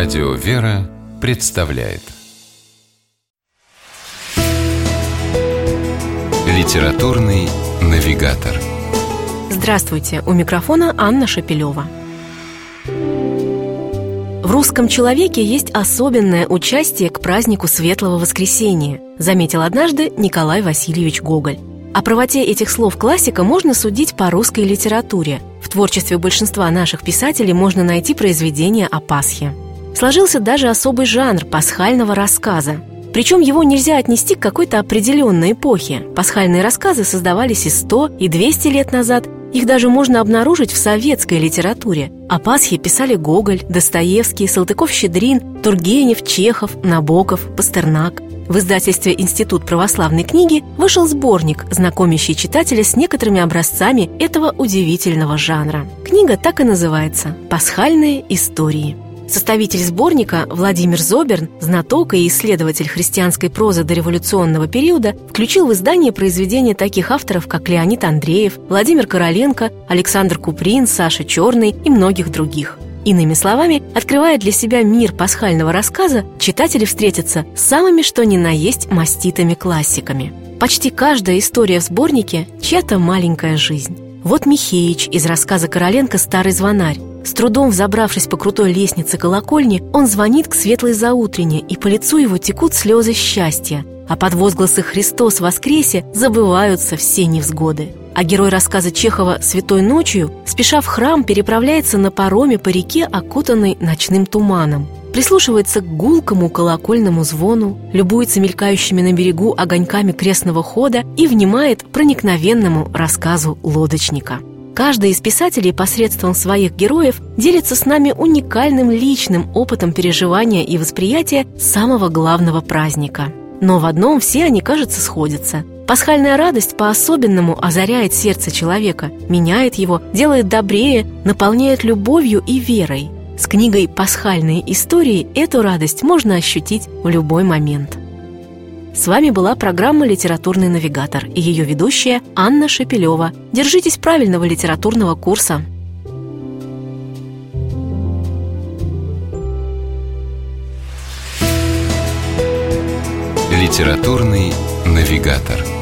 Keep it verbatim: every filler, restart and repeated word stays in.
Радио «Вера» представляет Литературный навигатор. Здравствуйте, у микрофона Анна Шапилева. В русском человеке есть особенное участие к празднику Светлого Воскресения, заметил однажды Николай Васильевич Гоголь. О правоте этих слов классика можно судить по русской литературе. В творчестве большинства наших писателей можно найти произведения о Пасхе. Сложился даже особый жанр пасхального рассказа. Причем его нельзя отнести к какой-то определенной эпохе. Пасхальные рассказы создавались и сто, и двести лет назад. Их даже можно обнаружить в советской литературе. О Пасхе писали Гоголь, Достоевский, Салтыков-Щедрин, Тургенев, Чехов, Набоков, Пастернак. В издательстве «Институт православной книги» вышел сборник, знакомящий читателя с некоторыми образцами этого удивительного жанра. Книга так и называется «Пасхальные истории». Составитель сборника Владимир Зоберн, знаток и исследователь христианской прозы дореволюционного периода, включил в издание произведения таких авторов, как Леонид Андреев, Владимир Короленко, Александр Куприн, Саша Черный и многих других. Иными словами, открывая для себя мир пасхального рассказа, читатели встретятся с самыми что ни на есть маститыми классиками. Почти каждая история в сборнике – чья-то маленькая жизнь. Вот Михеич из рассказа Короленко «Старый звонарь». С трудом взобравшись по крутой лестнице колокольни, он звонит к светлой заутрене, и по лицу его текут слезы счастья, а под возгласы «Христос воскресе» забываются все невзгоды. А герой рассказа Чехова «Святой ночью», спеша в храм, переправляется на пароме по реке, окутанной ночным туманом, прислушивается к гулкому колокольному звону, любуется мелькающими на берегу огоньками крестного хода и внимает проникновенному рассказу лодочника. Каждый из писателей посредством своих героев делится с нами уникальным личным опытом переживания и восприятия самого главного праздника. Но в одном все они, кажется, сходятся. Пасхальная радость по-особенному озаряет сердце человека, меняет его, делает добрее, наполняет любовью и верой. С книгой «Пасхальные истории» эту радость можно ощутить в любой момент. С вами была программа «Литературный навигатор» и ее ведущая Анна Шапилева. Держитесь правильного литературного курса. Литературный навигатор.